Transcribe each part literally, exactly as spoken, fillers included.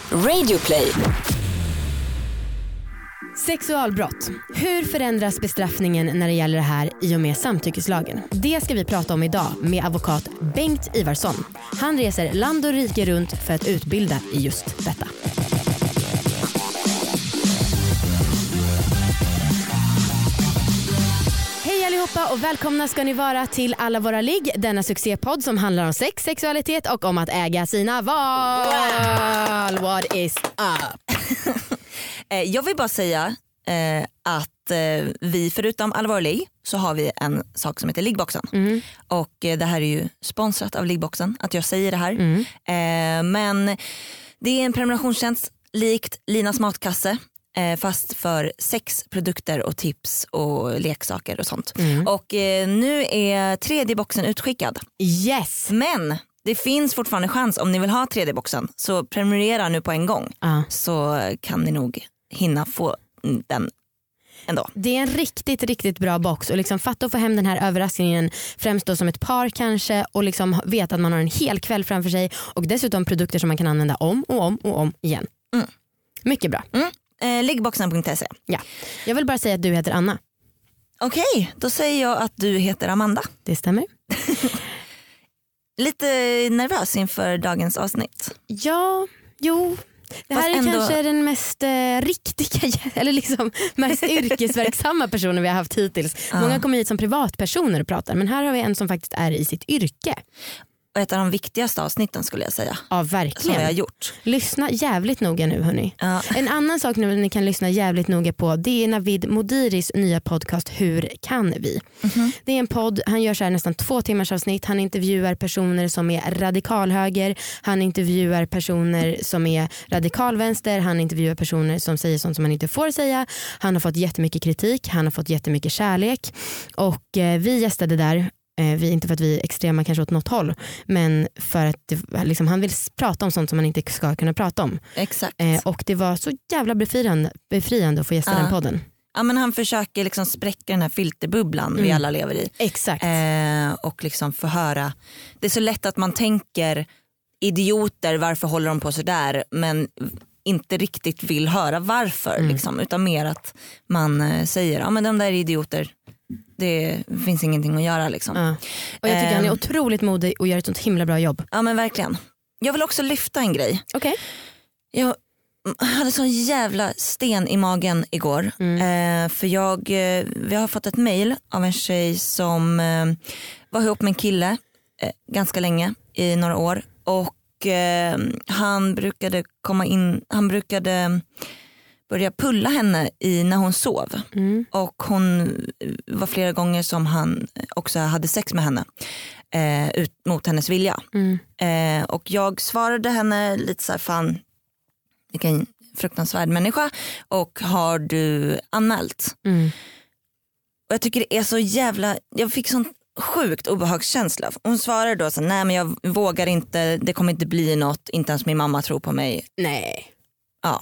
Radioplay. Sexualbrott. Hur förändras bestraffningen när det gäller det här i och med samtyckeslagen? Det ska vi prata om idag med advokat Bengt Ivarsson. Han reser land och rike runt för att utbilda i just detta. Hej allihopa och välkomna ska ni vara till Alla våra ligg, denna succépodd som handlar om sex, sexualitet och om att äga sina val. What is up? Jag vill bara säga eh, att eh, vi förutom Alla våra ligg så har vi en sak som heter Liggboxen. Mm. Och eh, det här är ju sponsrat av Liggboxen att jag säger det här. Mm. Eh, men det är en prenumerationstjänst likt Linas matkasse. Fast för sex produkter och tips och leksaker och sånt. Mm. Och eh, nu är tredje boxen utskickad. Yes! Men det finns fortfarande chans om ni vill ha tredje boxen. Så prenumerera nu på en gång. Uh. Så kan ni nog hinna få den ändå. Det är en riktigt, riktigt bra box. Och liksom fatta att få hem den här överraskningen främst då som ett par kanske. Och liksom veta att man har en hel kväll framför sig. Och dessutom produkter som man kan använda om och om och om igen. Mm. Mycket bra. Mm. Eh, liggboxen punkt se. Ja. Jag vill bara säga att du heter Anna. Okej, okay, då säger jag att du heter Amanda. Det stämmer. Lite nervös inför dagens avsnitt. Ja, jo. Det här Fast är ändå... kanske den mest eh, riktiga eller liksom mest yrkesverksamma personen vi har haft hittills. Ah. Många kommer hit som privatpersoner och pratar, men här har vi en som faktiskt är i sitt yrke. Och ett av de viktigaste avsnitten skulle jag säga. Ja, verkligen. Som jag har gjort. Lyssna jävligt noga nu hörni. Ja. En annan sak nu ni kan lyssna jävligt noga på, det är Navid Modiris nya podcast Hur kan vi? Mm-hmm. Det är en podd, han gör så här nästan två timmars avsnitt. Han intervjuar personer som är radikalhöger. Han intervjuar personer som är radikalvänster. Han intervjuar personer som säger sånt som man inte får säga. Han har fått jättemycket kritik. Han har fått jättemycket kärlek. Och eh, vi gästade där. Vi, inte för att vi är extrema kanske åt något håll, men för att det, liksom, han vill prata om sånt som man inte ska kunna prata om. Exakt. Eh, och det var så jävla befriande, befriande att få gästa ja. den podden. Ja, men han försöker liksom spräcka den här filterbubblan mm. vi alla lever i. Exakt. Eh, och liksom få höra. Det är så lätt att man tänker idioter, varför håller de på så där, men inte riktigt vill höra varför. Mm. Liksom, utan mer att man eh, säger ja men de där är idioter. Det finns ingenting att göra liksom. Ja. Och jag tycker eh, han är otroligt modig och gör ett sånt himla bra jobb. Ja men verkligen. Jag vill också lyfta en grej. Okej. Okay. Jag hade sån jävla sten i magen igår. Mm. Eh, för jag, eh, vi har fått ett mejl av en tjej som eh, var ihop med en kille eh, ganska länge, i några år. Och eh, han brukade komma in, han brukade börja pulla henne i när hon sov. Mm. Och hon var flera gånger som han också hade sex med henne. Eh, ut mot hennes vilja. Mm. Eh, och jag svarade henne lite så här, fan, vilken fruktansvärd människa. Och har du anmält? Mm. Och jag tycker det är så jävla, jag fick sån sjukt obehagskänsla. Hon svarade då så nej men jag vågar inte, det kommer inte bli något, inte ens min mamma tror på mig. Nej. Ja.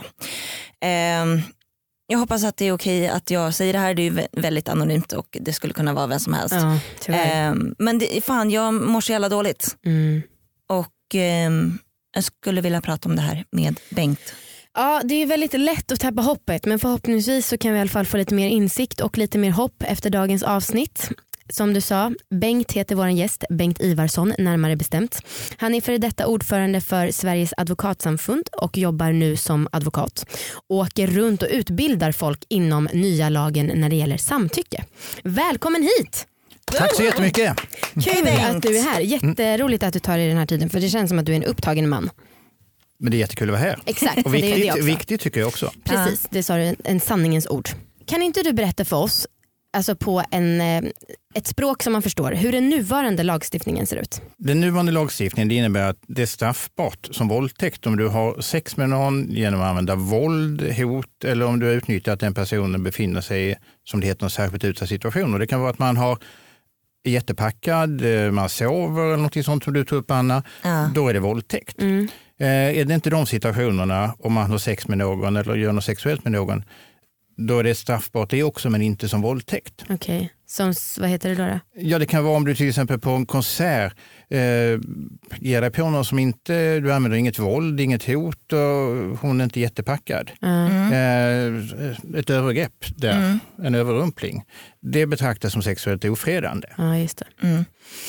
Eh, jag hoppas att det är okej att jag säger det här. Det är ju väldigt anonymt och det skulle kunna vara vem som helst. Ja, eh, men det, fan, jag mår så jävla dåligt. Mm. Och eh, jag skulle vilja prata om det här med Bengt. Ja, det är väldigt lätt att tappa hoppet, men förhoppningsvis så kan vi i alla fall få lite mer insikt och lite mer hopp efter dagens avsnitt. Som du sa, Bengt heter vår gäst, Bengt Ivarsson närmare bestämt. Han är före detta ordförande för Sveriges advokatsamfund och jobbar nu som advokat. Åker runt och utbildar folk inom nya lagen när det gäller samtycke. Välkommen hit! Tack så jättemycket! Kul att du är här, jätteroligt att du tar dig den här tiden, för det känns som att du är en upptagen man. Men det är jättekul att vara här. Exakt, och viktigt, det är det också. Viktigt tycker jag också. Precis, det sa du, en, en sanningens ord. Kan inte du berätta för oss, alltså på en, ett språk som man förstår, hur den nuvarande lagstiftningen ser ut? Den nuvarande lagstiftningen det innebär att det är straffbart som våldtäkt om du har sex med någon genom att använda våld, hot eller om du har utnyttjat att den personen befinner sig i, som det heter, en särskilt utsatt situation. Och det kan vara att man har jättepackad, man sover eller något sånt som du tog upp Anna, ja. Då är det våldtäkt. Mm. Eh, är det inte de situationerna om man har sex med någon eller gör något sexuellt med någon, då är det straffbart det också, men inte som våldtäkt. Okej, okay. Som, vad heter det då, då? Ja, det kan vara om du till exempel på en konsert eh, ger dig på någon som inte, du använder inget våld, inget hot och hon är inte jättepackad. Mm. Eh, ett övergrepp där, mm. en överrumpling. Det betraktas som sexuellt ofredande. Ja, just det. Mm.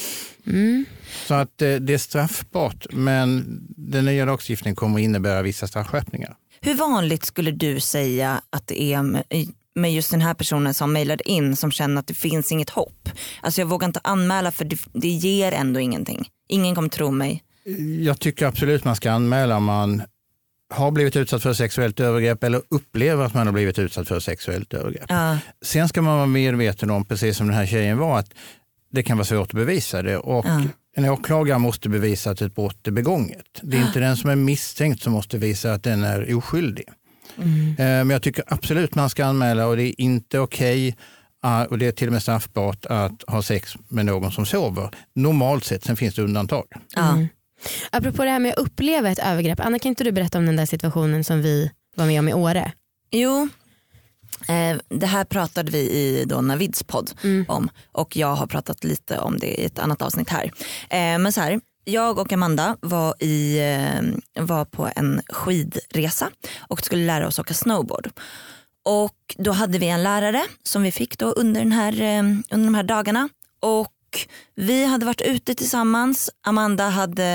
Mm. Så att eh, det är straffbart, men den nya lagstiftningen kommer innebära vissa straffskärpningar. Hur vanligt skulle du säga att det är med, med just den här personen som mejlade in som känner att det finns inget hopp? Alltså jag vågar inte anmäla för det, det ger ändå ingenting. Ingen kommer tro mig. Jag tycker absolut man ska anmäla om man har blivit utsatt för sexuellt övergrepp eller upplever att man har blivit utsatt för sexuellt övergrepp. Ja. Sen ska man vara medveten om, precis som den här tjejen var, att det kan vara svårt att bevisa det och ja. En åklagare måste bevisa att ett brott är begånget. Det är inte den som är misstänkt som måste visa att den är oskyldig. Mm. Men jag tycker absolut man ska anmäla och det är inte okej och det är till och med straffbart att ha sex med någon som sover. Normalt sett, sen finns det undantag. Mm. Apropå det här med att uppleva ett övergrepp. Anna, kan inte du berätta om den där situationen som vi var med om i Åre? Jo. Eh, det här pratade vi i då Navids podd mm. om och jag har pratat lite om det i ett annat avsnitt här. Eh, men så här, jag och Amanda var, i, eh, var på en skidresa och skulle lära oss åka snowboard. Och då hade vi en lärare som vi fick då under, den här, eh, under de här dagarna och vi hade varit ute tillsammans. Amanda hade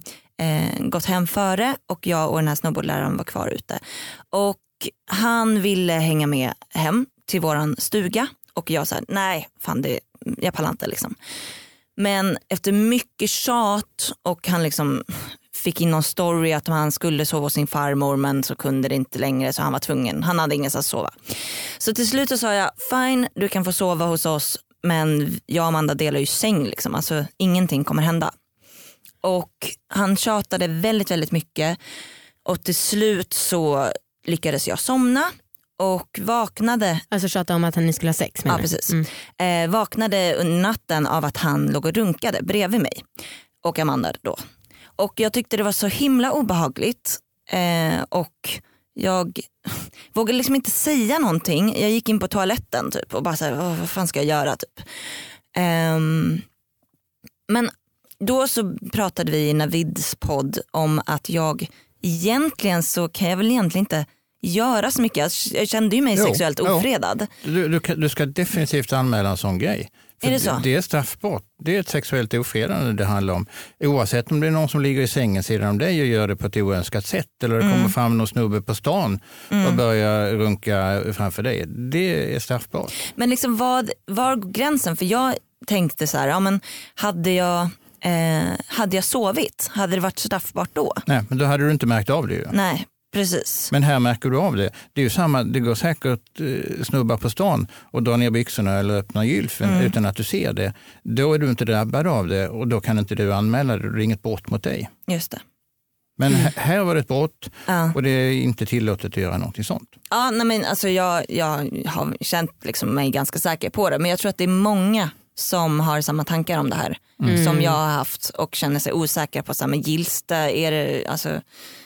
eh, gått hem före och jag och den här snowboardläraren var kvar ute. Och han ville hänga med hem till våran stuga och jag sa nej, fan det, jag pallar inte liksom. Men efter mycket tjat och han liksom fick in någon story att han skulle sova hos sin farmor men så kunde det inte längre så han var tvungen, han hade ingenstans att sova. Så till slut så sa jag fine, du kan få sova hos oss men jag och Amanda delar ju säng liksom, alltså ingenting kommer hända. Och han tjatade väldigt väldigt mycket och till slut så lyckades jag somna och vaknade. Alltså tjata om att ni skulle ha sex med. Ja, precis. Mm. Eh, vaknade under natten av att han låg och runkade bredvid mig och Amanda då. Och jag tyckte det var så himla obehagligt eh, och jag vågade liksom inte säga någonting. Jag gick in på toaletten typ och bara så här, vad fan ska jag göra typ. Eh, men då så pratade vi i Navids podd om att jag egentligen så kan jag väl egentligen inte göra så mycket. Jag kände ju mig jo, sexuellt ofredad. Jo. Du, du, du ska definitivt anmäla en sån grej. För är det så? Det, det är straffbart. Det är ett sexuellt ofredande det handlar om. Oavsett om det är någon som ligger i sängen sidan om dig och gör det på ett oönskat sätt eller det mm. kommer fram någon snubbe på stan mm. och börjar runka framför dig. Det är straffbart. Men liksom vad var gränsen? För jag tänkte så här, ja men hade jag Eh, hade jag sovit, hade det varit straffbart då? Nej, men då hade du inte märkt av det ju. Nej, precis. Men här märker du av det. Det är ju samma, det går säkert eh, snubbar på stan och drar ner byxorna eller öppnar gylfen mm. utan att du ser det. Då är du inte drabbad av det och då kan inte du anmäla det. Det är inget brott mot dig. Just det. Men mm. här var det ett brott ja. Och det är inte tillåtet att göra någonting sånt. Ja, nej, men alltså jag, jag har känt liksom mig ganska säker på det. Men jag tror att det är många som har samma tankar om det här mm. som jag har haft och känner sig osäkra på samma gillsta. Är det, alltså,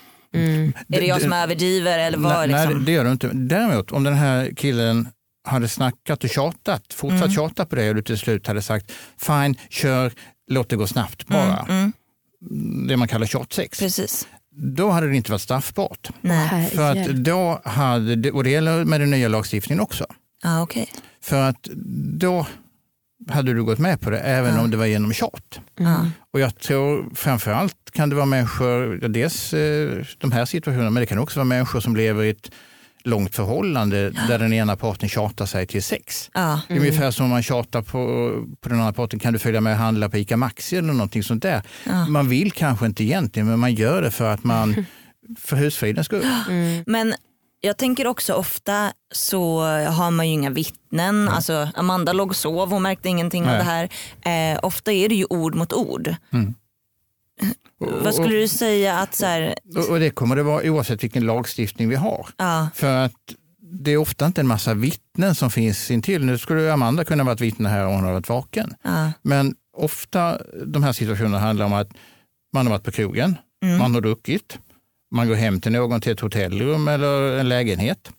mm. är det jag som överdriver eller vad? Nej, liksom? nej, det gör du inte. Däremot om den här killen hade snackat och tjatat, fortsatt mm. tjata på det och du till slut hade sagt fine, kör, låt det gå snabbt bara. Mm. Mm. Det man kallar tjatsex. Precis. Då hade det inte varit straffbart. Nej. För att då hade, och det gäller med den nya lagstiftningen också. Ah, okay. För att då hade du gått med på det även mm. om det var genom tjat. Mm. Och jag tror framförallt kan det vara människor, dels eh, de här situationerna, men det kan också vara människor som lever i ett långt förhållande ja. Där den ena parten tjatar sig till sex. Ja. Mm. Ungefär som man tjatar på, på den andra parten, kan du följa med och handla på Ica Maxi eller någonting sånt där. Ja. Man vill kanske inte egentligen, men man gör det för att man, för husfridens skull. Mm. Men jag tänker också ofta så har man ju inga vittnen. Mm. Alltså Amanda låg och sov, hon märkte ingenting Nej. Av det här. Eh, ofta är det ju ord mot ord. Mm. Och, vad skulle du säga att så här... Och, och det kommer det vara oavsett vilken lagstiftning vi har. Ja. För att det är ofta inte en massa vittnen som finns intill. Nu skulle Amanda kunna vara ett vittne här om hon har varit vaken. Ja. Men ofta de här situationerna handlar om att man har varit på krogen, mm. man har druckit. Man går hem till någon till ett hotellrum eller en lägenhet.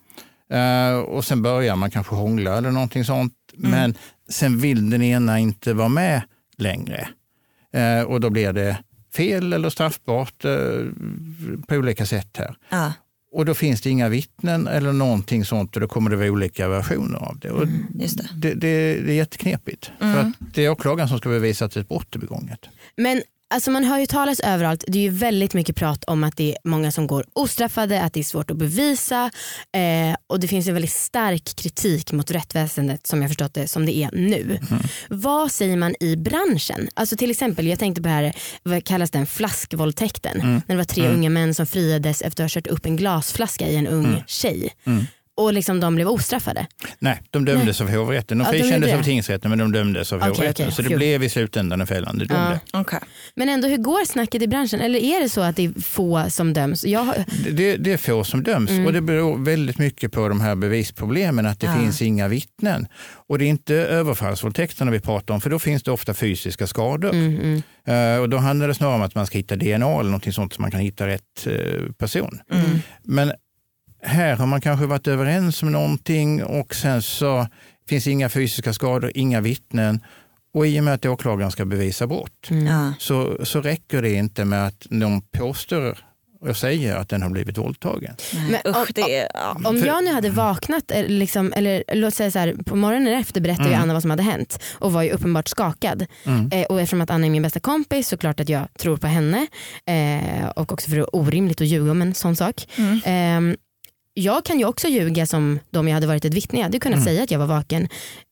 Uh, och sen börjar man kanske hångla eller någonting sånt. Mm. Men sen vill den ena inte vara med längre. Uh, och då blir det fel eller straffbart uh, på olika sätt här. Ja. Och då finns det inga vittnen eller någonting sånt och då kommer det vara olika versioner av det. Och mm, just det. Det, det, det är jätteknepigt. Mm. För att det är åklagaren som ska bevisa att ett brott är begånget. Men alltså man hör ju talas överallt, det är ju väldigt mycket prat om att det är många som går ostraffade, att det är svårt att bevisa eh, och det finns en väldigt stark kritik mot rättsväsendet som jag förstått det som det är nu. Mm. Vad säger man i branschen? Alltså till exempel, jag tänkte på det här, vad kallas den, flaskvåldtäkten. Mm. När det var tre mm. unga män som friades efter att ha kört upp en glasflaska i en ung mm. tjej. Mm. Och liksom de blev ostraffade. Nej, de dömdes Nej. av hovrätten. De ja, frikändes av tingsrätten men de dömdes av okay, hovrätten. Okay. Så det blev i slutändan en fällande dom. Ja. Okay. Men ändå, hur går snacket i branschen? Eller är det så att det är få som döms? Jag... Det, det, det är få som döms mm. och det beror väldigt mycket på de här bevisproblemen att det ja. finns inga vittnen. Och det är inte överfallsvåldtäkterna vi pratar om för då finns det ofta fysiska skador. Mm, mm. Uh, och då handlar det snarare om att man ska hitta D N A eller något sånt så man kan hitta rätt uh, person. Mm. Men här har man kanske varit överens om någonting och sen så finns inga fysiska skador, inga vittnen och i och med att åklagaren ska bevisa brott mm. så, så räcker det inte med att någon påstår och säger att den har blivit våldtagen. Men, usch, det är, ja. Om jag nu hade vaknat liksom, eller låt säga så här, på morgonen efter berättade mm. ju Anna vad som hade hänt och var ju uppenbart skakad mm. eh, och eftersom att Anna är min bästa kompis så klart att jag tror på henne eh, och också för det är orimligt att ljuga om en sån sak. Mm. Eh, Jag kan ju också ljuga som de jag hade varit ett vittne. Jag hade kunnat mm. säga att jag var vaken.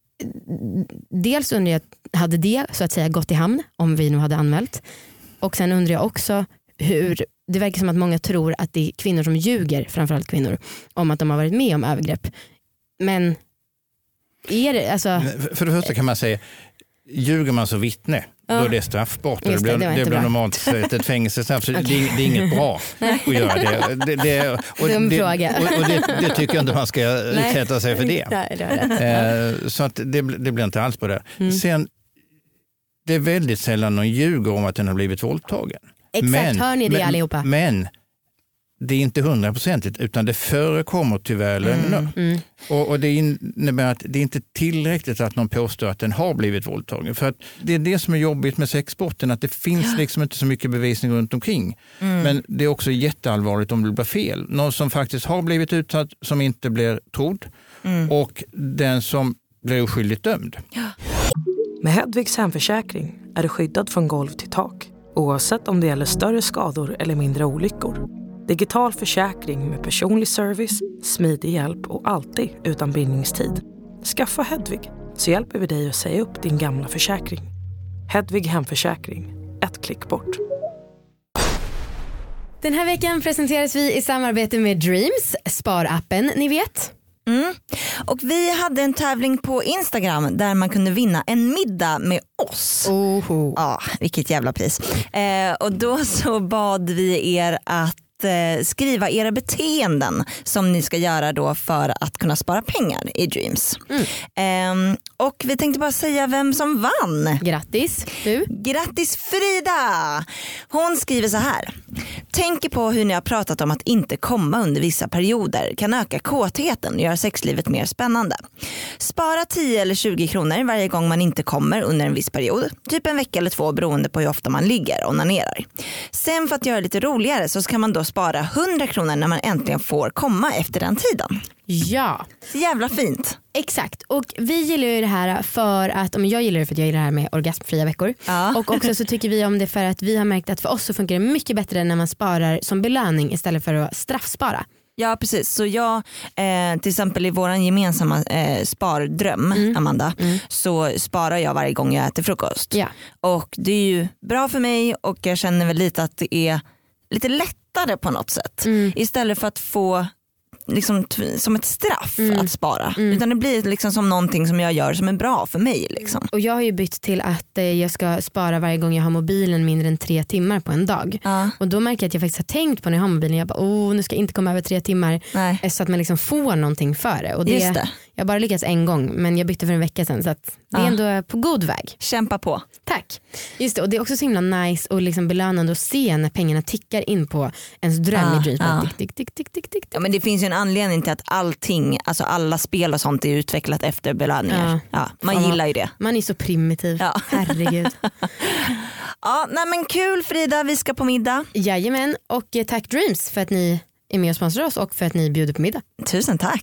Dels undrar jag, hade det så att säga gått i hamn om vi nu hade anmält? Och sen undrar jag också hur, det verkar som att många tror att det är kvinnor som ljuger, framförallt kvinnor, om att de har varit med om övergrepp. Men är det, alltså... För det första kan man säga, ljuger man så vittne, ja. då är det straffbart. Det, det blir, det det blir normalt ett, ett fängelsestraff. Så okay. det, det är inget bra att göra det. det, det och, Dum det, fråga. Och, och det, det tycker jag inte man ska utsätta sig för det. Nej, det är eh, så att det, det blir inte alls på det. Mm. Sen, det är väldigt sällan någon ljuger om att den har blivit våldtagen. Exakt, men, hör ni det men, allihopa? Men det är inte hundraprocentigt utan det förekommer tyvärr lögner. Mm, mm. Och, och det innebär att det är inte tillräckligt att någon påstår att den har blivit våldtagen. För att det är det som är jobbigt med sexsporten, att det finns liksom inte så mycket bevisning runt omkring. Mm. Men det är också jätteallvarligt om det blir fel. Någon som faktiskt har blivit utsatt som inte blir trodd mm. och den som blir oskyldigt dömd. Ja. Med Hedvigs hemförsäkring är du skyddad från golv till tak. Oavsett om det gäller större skador eller mindre olyckor. Digital försäkring med personlig service, smidig hjälp och alltid utan bindningstid. Skaffa Hedvig så hjälper vi dig att säga upp din gamla försäkring. Hedvig hemförsäkring, ett klick bort. Den här veckan presenteras vi i samarbete med Dreams, sparappen ni vet. Mm. Och vi hade en tävling på Instagram där man kunde vinna en middag med oss. Oho. Ja, vilket jävla pris. Eh, och då så bad vi er att skriva era beteenden som ni ska göra då för att kunna spara pengar i Dreams. Mm. Um, och vi tänkte bara säga vem som vann. Grattis, du. Grattis Frida! Hon skriver så här. Tänker på hur ni har pratat om att inte komma under vissa perioder kan öka kåtheten och göra sexlivet mer spännande. Spara tio eller tjugo kronor varje gång man inte kommer under en viss period. Typ en vecka eller två beroende på hur ofta man ligger och onanerar. Sen för att göra det lite roligare så kan man då spara hundra kronor när man äntligen får komma efter den tiden. Ja. Så jävla fint. Exakt, och vi gillar ju det här för att, om jag gillar det för att jag gillar det här med orgasmfria veckor. Ja. Och också så tycker vi om det för att vi har märkt att för oss så funkar det mycket bättre när man sparar som belöning istället för att straffspara. Ja precis, så jag eh, till exempel i våran gemensamma eh, spardröm mm. Amanda mm. så sparar jag varje gång jag äter frukost. Ja. Och det är ju bra för mig och jag känner väl lite att det är lite lättare på något sätt. Mm. Istället för att få liksom t- som ett straff mm. att spara. Mm. Utan det blir liksom som någonting som jag gör som är bra för mig. Liksom. Och jag har ju bytt till att eh, jag ska spara varje gång jag har mobilen mindre än tre timmar på en dag. Uh. Och då märker jag att jag faktiskt har tänkt på när jag har mobilen. Jag bara, oh, nu ska jag inte komma över tre timmar. Nej. Så att man liksom får någonting för det. Och det, Just det. Jag har bara lyckats en gång, men jag bytte för en vecka sedan, så att det är Ja. ändå på god väg. Kämpa på. Tack. Just det, och det är också så himla nice och liksom belönande att se när pengarna tickar in på ens dröm Ja, i Dreams. ja. Tick, tick, tick, tick, tick, tick. Ja, men det finns ju en anledning till att allting, alltså alla spel och sånt är utvecklat efter belöningar. Ja. Ja, man Fan, gillar ju det. Man är så primitiv. Ja. Herregud. Ja, nej men kul Frida, vi ska på middag. Jajamän, och eh, tack Dreams för att ni är med och sponsrar oss och för att ni bjuder på middag. Tusen tack.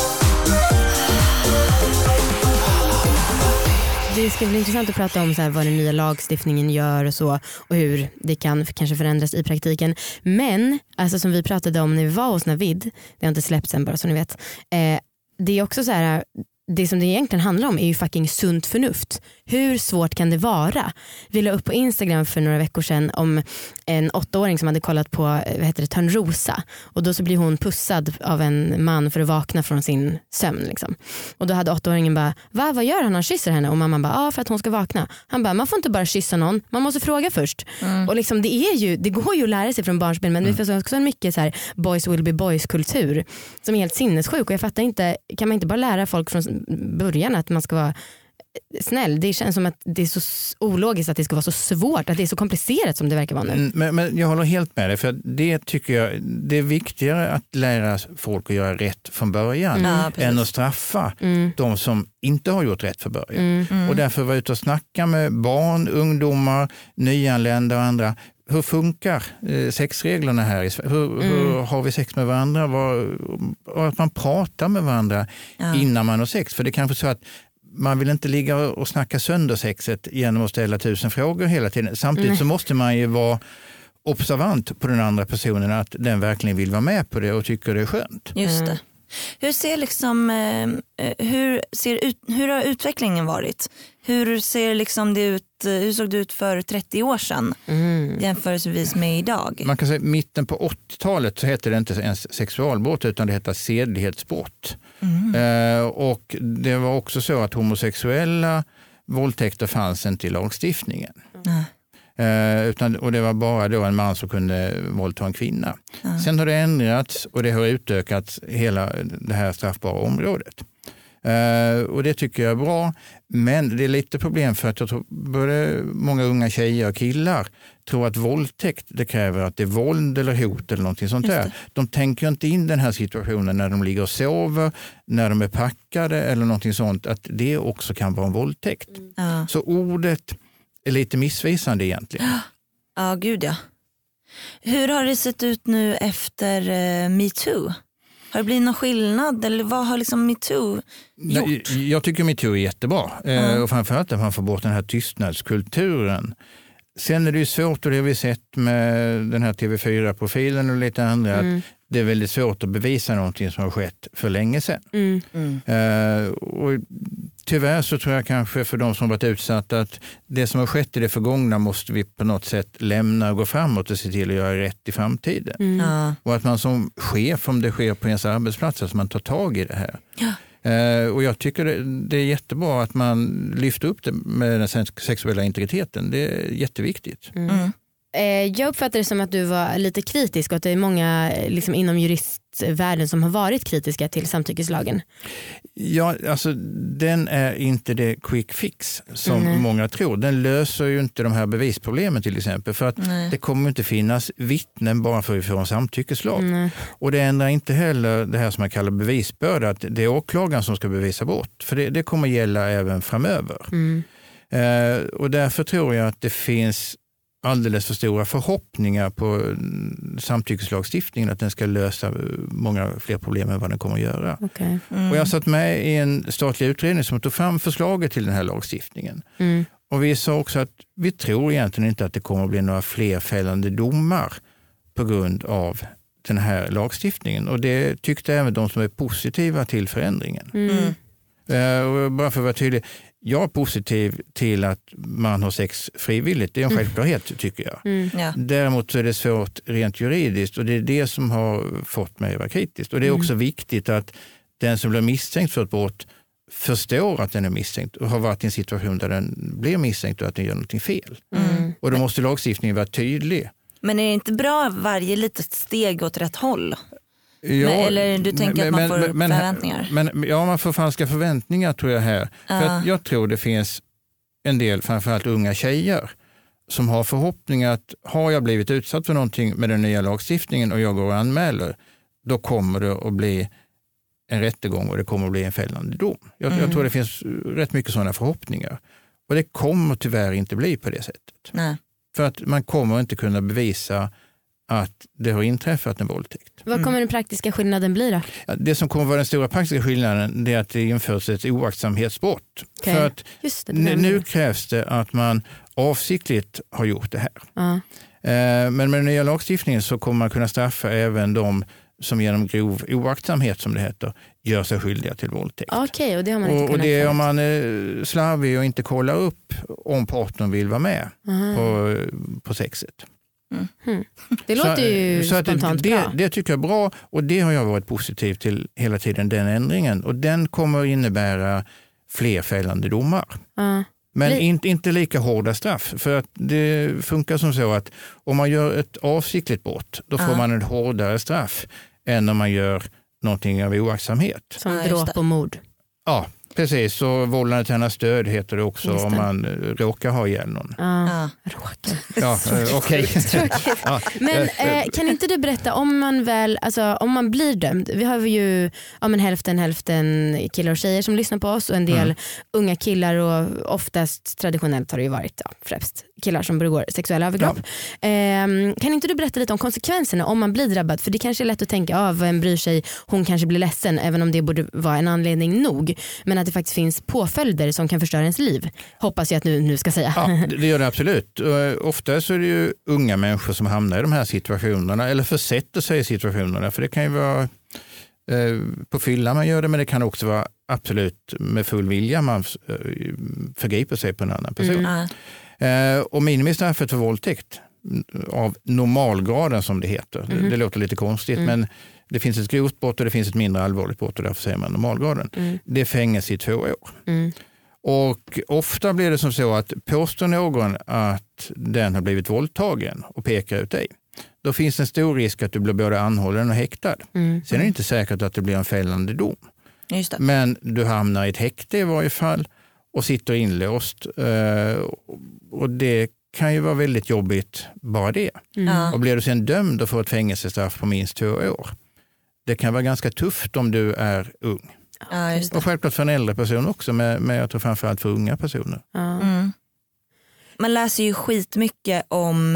Det ska bli intressant att prata om så här, vad den nya lagstiftningen gör och så, och hur det kan kanske förändras i praktiken. Men alltså, som vi pratade om när vi var hos Navid, det har inte släppts än bara så ni vet, eh, det är också så här, det som det egentligen handlar om är ju fucking sunt förnuft. Hur svårt kan det vara? Vi la upp på Instagram för några veckor sedan om en åttaåring som hade kollat på, vad heter det, Törnrosa, och då så blir hon pussad av en man för att vakna från sin sömn liksom. Och då hade åttaåringen bara, va, vad gör han? Han kysser henne, och mamman bara, ja, för att hon ska vakna. Han bara, man får inte bara kyssa någon, man måste fråga först. Mm. Och liksom det är ju, det går ju att lära sig från barnspel, men mm. det finns också en mycket så här boys will be boys kultur som är helt sinnessjuk, och jag fattar inte, kan man inte bara lära folk från början att man ska vara snäll? Det känns som att det är så ologiskt att det ska vara så svårt, att det är så komplicerat som det verkar vara nu. Men, men jag håller helt med dig, för det tycker jag det är viktigare att lära folk att göra rätt från början mm. ja, än att straffa mm. de som inte har gjort rätt från början. Mm. Mm. Och därför var jag ute och snacka med barn, ungdomar, nyanlända och andra. Hur funkar eh, sexreglerna här i Sverige? Hur, mm. hur har vi sex med varandra? Var, och att man pratar med varandra ja. innan man har sex. För det är kanske så att man vill inte ligga och snacka sönder sexet genom att ställa tusen frågor hela tiden. Samtidigt mm. så måste man ju vara observant på den andra personen, att den verkligen vill vara med på det och tycker det är skönt. Just det. Mm. Hur ser liksom eh, hur ser ut, hur har utvecklingen varit? Hur ser liksom det ut, hur såg det ut för trettio år sedan mm. jämförelsevis med idag? Man kan säga mitten på åttiotalet så hette det inte ens sexualbrott, utan det hette sedlighetsbrott. Mm. Eh, och det var också så att homosexuella våldtäkter fanns inte i lagstiftningen. Mm. Eh, utan, och det var bara då en man som kunde våldta en kvinna. Mm. Sen har det ändrats och det har utökats hela det här straffbara området. Uh, och det tycker jag är bra, men det är lite problem för att jag tror både många unga tjejer och killar tror att våldtäkt det kräver att det är våld eller hot eller någonting sånt där. De tänker inte in den här situationen när de ligger och sover, när de är packade eller någonting sånt, att det också kan vara en våldtäkt. Mm. Så ordet är lite missvisande egentligen. Ja, gud ja. Hur har det sett ut nu efter uh, MeToo? Har det blivit någon skillnad eller vad har liksom MeToo gjort? Nej, jag tycker MeToo är jättebra. Mm. Och framförallt att man får bort den här tystnadskulturen. Sen är det ju svårt, och det har vi sett med den här T V fyra-profilen och lite andra, mm. att det är väldigt svårt att bevisa någonting som har skett för länge sedan. Mm. Mm. Uh, och tyvärr så tror jag kanske för de som varit utsatta att det som har skett i det förgångna måste vi på något sätt lämna och gå framåt och se till att göra rätt i framtiden. Mm. Och att man som chef, om det sker på ens arbetsplats, att man tar tag i det här. Ja. Uh, och jag tycker det, det är jättebra att man lyfter upp det med den sexuella integriteten. Det är jätteviktigt. Mm. Mm. Jag uppfattar det som att du var lite kritisk och att det är många liksom, inom juristvärlden som har varit kritiska till samtyckeslagen. Ja, alltså den är inte det quick fix som mm. många tror. Den löser ju inte de här bevisproblemen till exempel, för att Nej. det kommer inte finnas vittnen bara för att vi får en samtyckeslag. Mm. Och det ändrar inte heller det här som man kallar bevisbörda, att det är åklagaren som ska bevisa brott. För det, det kommer gälla även framöver. Mm. Eh, och därför tror jag att det finns alldeles för stora förhoppningar på samtyckeslagstiftningen, att den ska lösa många fler problem än vad den kommer att göra. Okay. Mm. Och jag satt med i en statlig utredning som tog fram förslaget till den här lagstiftningen. Mm. Och vi sa också att vi tror egentligen inte att det kommer att bli några fler fällande domar på grund av den här lagstiftningen. Och det tyckte även de som är positiva till förändringen. Mm. Uh, och bara för att vara tydlig, jag är positiv till att man har sex frivilligt. Det är en självklarhet tycker jag. Mm, ja. Däremot så är det svårt rent juridiskt, och det är det som har fått mig att vara kritisk. Och det är också mm. viktigt att den som blir misstänkt för ett brott förstår att den är misstänkt och har varit i en situation där den blir misstänkt och att den gör någonting fel. Mm. Och då måste lagstiftningen vara tydlig. Men är det inte bra varje litet steg åt rätt håll? Ja, men, eller du tänker men, att man får men, förväntningar? Men, ja, man får falska förväntningar tror jag här. Ja. För att jag tror det finns en del, framförallt unga tjejer, som har förhoppningar att har jag blivit utsatt för någonting med den nya lagstiftningen och jag går och anmäler, då kommer det att bli en rättegång och det kommer att bli en fällande dom. Jag, mm. jag tror det finns rätt mycket sådana förhoppningar. Och det kommer tyvärr inte bli på det sättet. Nej. För att man kommer inte kunna bevisa att det har inträffat en våldtäkt. Vad kommer mm. den praktiska skillnaden bli då? Ja, det som kommer vara den stora praktiska skillnaden är att det införs ett oaktsamhetsbrott. Okay. För att Just det, det nu krävs det att man avsiktligt har gjort det här. Uh. Men med den nya lagstiftningen så kommer man kunna straffa även de som genom grov oaktsamhet, som det heter, gör sig skyldiga till våldtäkt. Okej, okay, och det har man inte och, kunnat och det är få. om man är slarvig och inte kollar upp om partnern vill vara med uh-huh. på, på sexet. Mm. Mm. Det låter så, ju så spontant det, bra. Det, det tycker jag är bra och det har jag varit positiv till hela tiden, den ändringen. Och den kommer innebära fler fällande domar. Uh. Men Li- inte, inte lika hårda straff. För att det funkar som så att om man gör ett avsiktligt brott, då får uh. man ett hårdare straff än om man gör någonting av oaktsamhet. Som dråp och mord. Ja, precis. Så vållande till annans död heter det också det. Om man råkar ha ihjäl någon. Ja, råkar. Ja, okej. Okay. Ja. Men eh, kan inte du berätta om man väl, alltså om man blir dömd. Vi har ju ja, men hälften hälften killar och tjejer som lyssnar på oss och en del mm. unga killar och oftast traditionellt har det ju varit ja, främst killar som begår sexuella övergrepp. Ja. Eh, kan inte du berätta lite om konsekvenserna om man blir drabbad? För det kanske är lätt att tänka, ja, vem bryr sig, hon kanske blir ledsen, även om det borde vara en anledning nog. Men att det faktiskt finns påföljder som kan förstöra ens liv. Hoppas jag att nu, nu ska säga. Ja, det gör det absolut. Ofta så är det ju unga människor som hamnar i de här situationerna eller försätter sig i situationerna. För det kan ju vara eh, på fylla man gör det, men det kan också vara absolut med full vilja man förgriper sig på en annan person. Mm. Eh, och minimistraffet för våldtäkt av normalgraden som det heter. Mm. Det, det låter lite konstigt mm. men det finns ett grovt brott och det finns ett mindre allvarligt brott och därför säger man normalgraden. Mm. Det är fängelse i två år. Mm. Och ofta blir det som så att påstår någon att den har blivit våldtagen och pekar ut dig, då finns det en stor risk att du blir både anhållen och häktad. Mm. Sen är det inte säkert att det blir en fällande dom. Just det. Men du hamnar i ett häkte i varje fall och sitter inlåst. Och det kan ju vara väldigt jobbigt bara det. Mm. Och blir du sen dömd och får ett fängelsestraff på minst två år, det kan vara ganska tufft om du är ung. Ja, just det. Och självklart för en äldre person också, men jag tror framförallt för unga personer. Mm. Man läser ju skitmycket om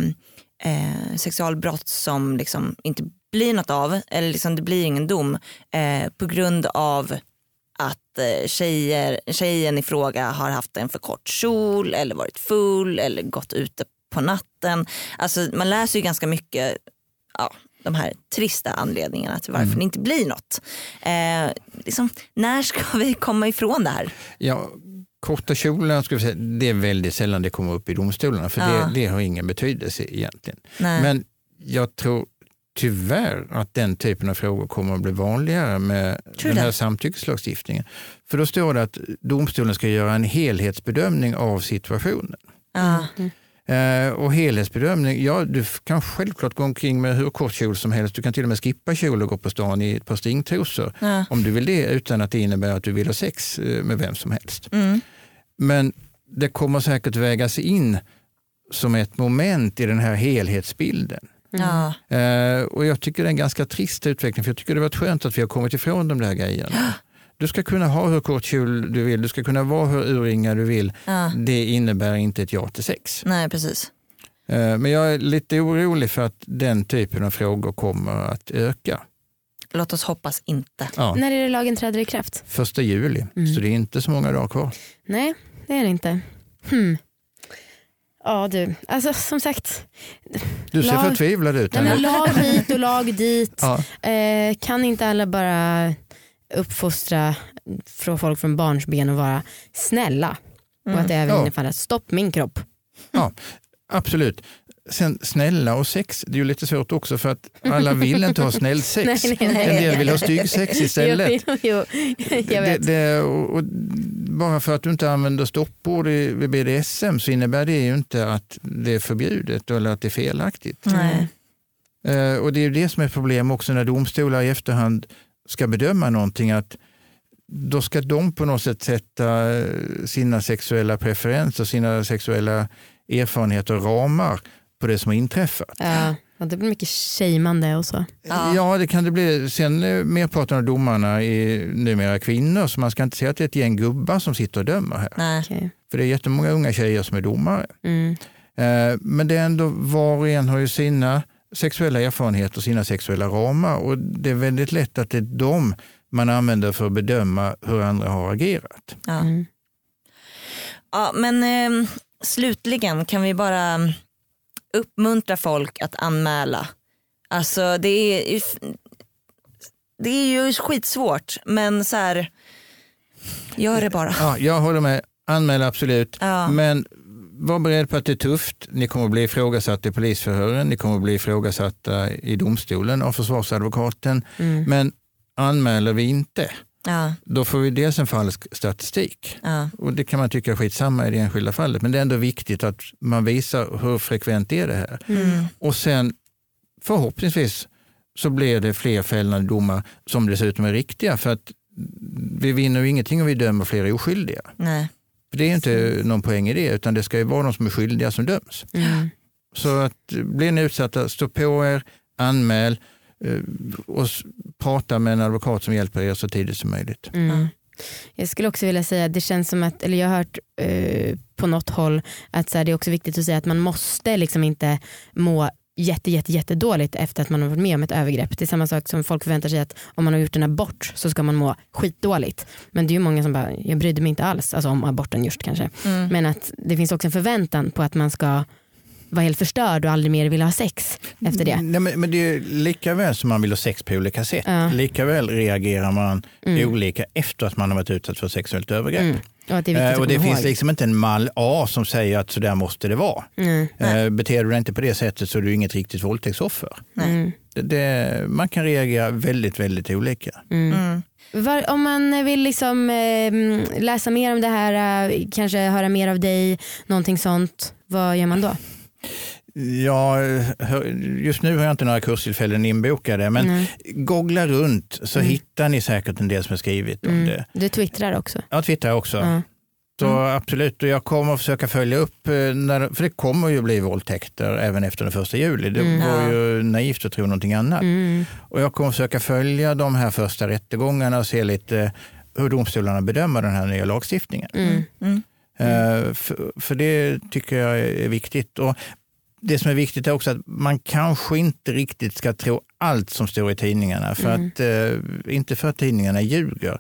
eh, sexualbrott som liksom inte blir något av, eller liksom det blir ingen dom eh, på grund av att eh, tjejer, tjejen i fråga har haft en för kort kjol eller varit full eller gått ute på natten. Alltså man läser ju ganska mycket ja, de här trista anledningarna till varför mm. det inte blir något. Eh, liksom, när ska vi komma ifrån det här? Ja, korta kjolen ska vi säga, det är väldigt sällan det kommer upp i domstolarna för ja. det, det har ingen betydelse egentligen. Nej. Men jag tror tyvärr att den typen av frågor kommer att bli vanligare med tror den här det? samtyckeslagstiftningen. För då står det att domstolen ska göra en helhetsbedömning av situationen. Mm. Uh, och helhetsbedömning, ja du kan självklart gå omkring med hur kort kjol som helst. Du kan till och med skippa kjol och gå på stan i ett par stringtrosor ja. om du vill det, utan att det innebär att du vill ha sex med vem som helst. Mm. Men det kommer säkert vägas in som ett moment i den här helhetsbilden. Ja. Uh, och jag tycker det är en ganska trist utveckling, för jag tycker det var skönt att vi har kommit ifrån de där grejerna. Du ska kunna ha hur kort kjol du vill, du ska kunna vara hur urringad du vill. Ja. Det innebär inte ett ja till sex. Nej, precis. Men jag är lite orolig för att den typen av frågor kommer att öka. Låt oss hoppas inte. Ja. När är det lagen träder i kraft? Första juli, mm. så det är inte så många dagar kvar. Nej, det är det inte. Hmm. Ja du, alltså som sagt. Du ser lag... förtvivlad ut. Nej, lag hit och lag dit. Ja. Eh, kan inte alla bara uppfostra från folk från barnsben och vara snälla mm. och att det även ja. innefattar stopp min kropp. Ja, absolut. Sen snälla och sex, det är ju lite svårt också för att alla vill inte ha snäll sex. nej, nej, nej. En del vill ha stygg sex istället. jo, jo, jo. Jag vet. Det, det, och, och bara för att du inte använder stoppord vid B D S M så innebär det ju inte att det är förbjudet eller att det är felaktigt. Nej. Eh, och det är ju det som är ett problem också när domstolar i efterhand ska bedöma någonting, att då ska de på något sätt sätta sina sexuella preferenser, sina sexuella erfarenheter och ramar på det som har inträffat. Ja, och det blir mycket shameande och så. Ja. ja, det kan det bli. Sen merparten av domarna är numera kvinnor, så man ska inte säga att det är ett gäng gubbar som sitter och dömer här. Nej. Okay. För det är jättemånga unga tjejer som är domare. Mm. Eh, men det är ändå, var och en har ju sina sexuella erfarenheter och sina sexuella ramar, och det är väldigt lätt att det är de man använder för att bedöma hur andra har agerat. Ja, Mm. ja men eh, slutligen kan vi bara uppmuntra folk att anmäla. Alltså det är det är ju skitsvårt, men så här, gör det bara. Ja, jag håller med. Anmäla absolut. Ja. Men var beredd på att det är tufft. Ni kommer att bli ifrågasatta i polisförhören. Ni kommer att bli ifrågasatta i domstolen av försvarsadvokaten. Mm. Men anmäler vi inte, Ja. då får vi dels en falsk statistik. Ja. Och det kan man tycka är skitsamma i det enskilda fallet. Men det är ändå viktigt att man visar hur frekvent är det här. Mm. Och sen förhoppningsvis så blir det fler fällande domar som dessutom är riktiga. För att vi vinner ju ingenting om vi dömer fler oskyldiga. Nej. För det är inte någon poäng i det, utan det ska ju vara de som är skyldiga som döms. Mm. Så att blir ni utsatta, stå på er, anmäl och prata med en advokat som hjälper er så tidigt som möjligt. Mm. Ja. Jag skulle också vilja säga att det känns som att, eller jag har hört eh, på något håll att så här, det är också viktigt att säga att man måste liksom inte må jätte, jätte, jätte dåligt efter att man har varit med om ett övergrepp. Det är samma sak som folk förväntar sig, att om man har gjort en abort så ska man må skitdåligt. Men det är ju många som bara, jag brydde mig inte alls, alltså om aborten just kanske. Mm. Men att det finns också en förväntan på att man ska vara helt förstörd och aldrig mer vilja ha sex efter det. Nej, men, men det är lika väl som man vill ha sex på olika sätt. Ja. Lika väl reagerar man Mm. olika efter att man har varit utsatt för sexuellt övergrepp. Mm. Och att det är viktigt Eh, och att det komma finns ihåg. liksom inte en mall A som säger att så där måste det vara. Mm. Eh, beter du dig inte på det sättet så är du inget riktigt våldtäktsoffer. Mm. Det, det, man kan reagera väldigt, väldigt olika. Mm. Mm. Var, om man vill liksom, eh, läsa mer om det här, eh, kanske höra mer av dig, någonting sånt, vad gör man då? Ja, just nu har jag inte några kurstillfällen inbokade, men Mm. googla runt så Mm. hittar ni säkert en del som har skrivit om Mm. det. Du twittrar också. Jag twittrar också. Ja. Så Mm. absolut, och jag kommer att försöka följa upp, eh, när, för det kommer ju bli våldtäkter även efter den första juli. Det Mm. var Ja. ju naivt att tro någonting annat. Mm. Och jag kommer att försöka följa de här första rättegångarna och se lite hur domstolarna bedömer den här nya lagstiftningen. Mm. Mm. Eh, för, för det tycker jag är viktigt. Och det som är viktigt är också att man kanske inte riktigt ska tro allt som står i tidningarna. För Mm. att, eh, inte för att tidningarna ljuger,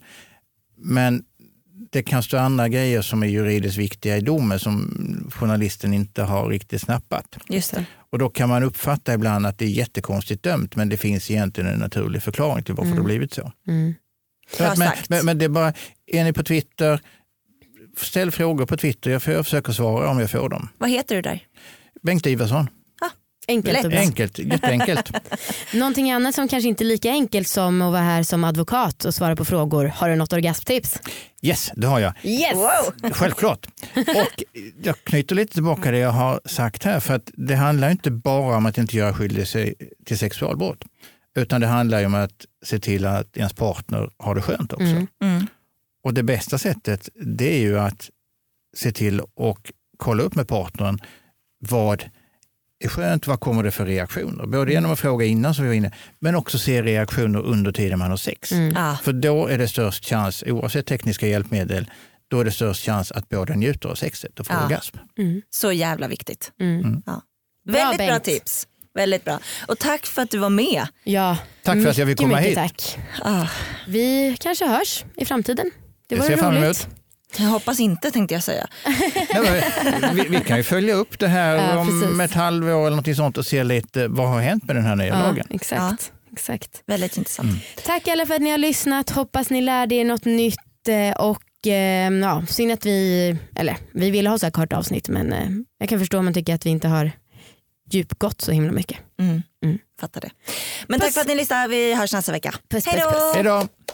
men det kan stå andra grejer som är juridiskt viktiga i domen som journalisten inte har riktigt snappat. Just det. Och då kan man uppfatta ibland att det är jättekonstigt dömt, men det finns egentligen en naturlig förklaring till varför Mm. det har blivit så. Mm. så Bra att, men, sagt. men, men det är bara, är ni på Twitter, ställ frågor på Twitter. Jag, får, jag försöker svara om jag får dem. Vad heter du där? Bengt Ivarsson. Enkelt och bra. Enkelt, jätteenkelt. Någonting annat som kanske inte är lika enkelt som att vara här som advokat och svara på frågor. Har du något orgasmtips? Yes, det har jag. Yes! Wow. Självklart. Och jag knyter lite tillbaka det jag har sagt här, för att det handlar inte bara om att inte göra skyldig sig till sexualbrott, utan det handlar ju om att se till att ens partner har det skönt också. Mm. Mm. Och det bästa sättet, det är ju att se till och kolla upp med partnern vad är skönt, vad kommer det för reaktioner? Både genom att fråga innan som vi var inne, men också se reaktioner under tiden man har sex. Mm. Ja. För då är det störst chans, oavsett tekniska hjälpmedel, då är det störst chans att båda njuter av sexet och får Ja. orgasm. Mm. Så jävla viktigt. Mm. Ja. Väldigt bra Bengt. tips. Väldigt bra. Och tack för att du var med. Ja, Tack för att jag fick mycket, komma mycket hit. Tack. Ah, Vi kanske hörs i framtiden. Det Det vore ser jag fram roligt. emot. jag hoppas inte, tänkte jag säga. Nej, men vi, vi kan ju följa upp det här Ja, om precis. ett halvår eller något sånt och se lite vad har hänt med den här nya Ja, lagen. exakt. exakt. Väldigt intressant. Mm. Tack alla för att ni har lyssnat. Hoppas ni lärde er något nytt. eh, Och eh, ja, synd att vi, eller vi ville ha så här kort avsnitt, men eh, jag kan förstå om man tycker att vi inte har djupgått så himla mycket. Mm. Mm. Fattar det. Men Puss. tack för att ni lyssnade. Vi hörs nästa vecka. Puss, Hej puss, då! puss. Hej då!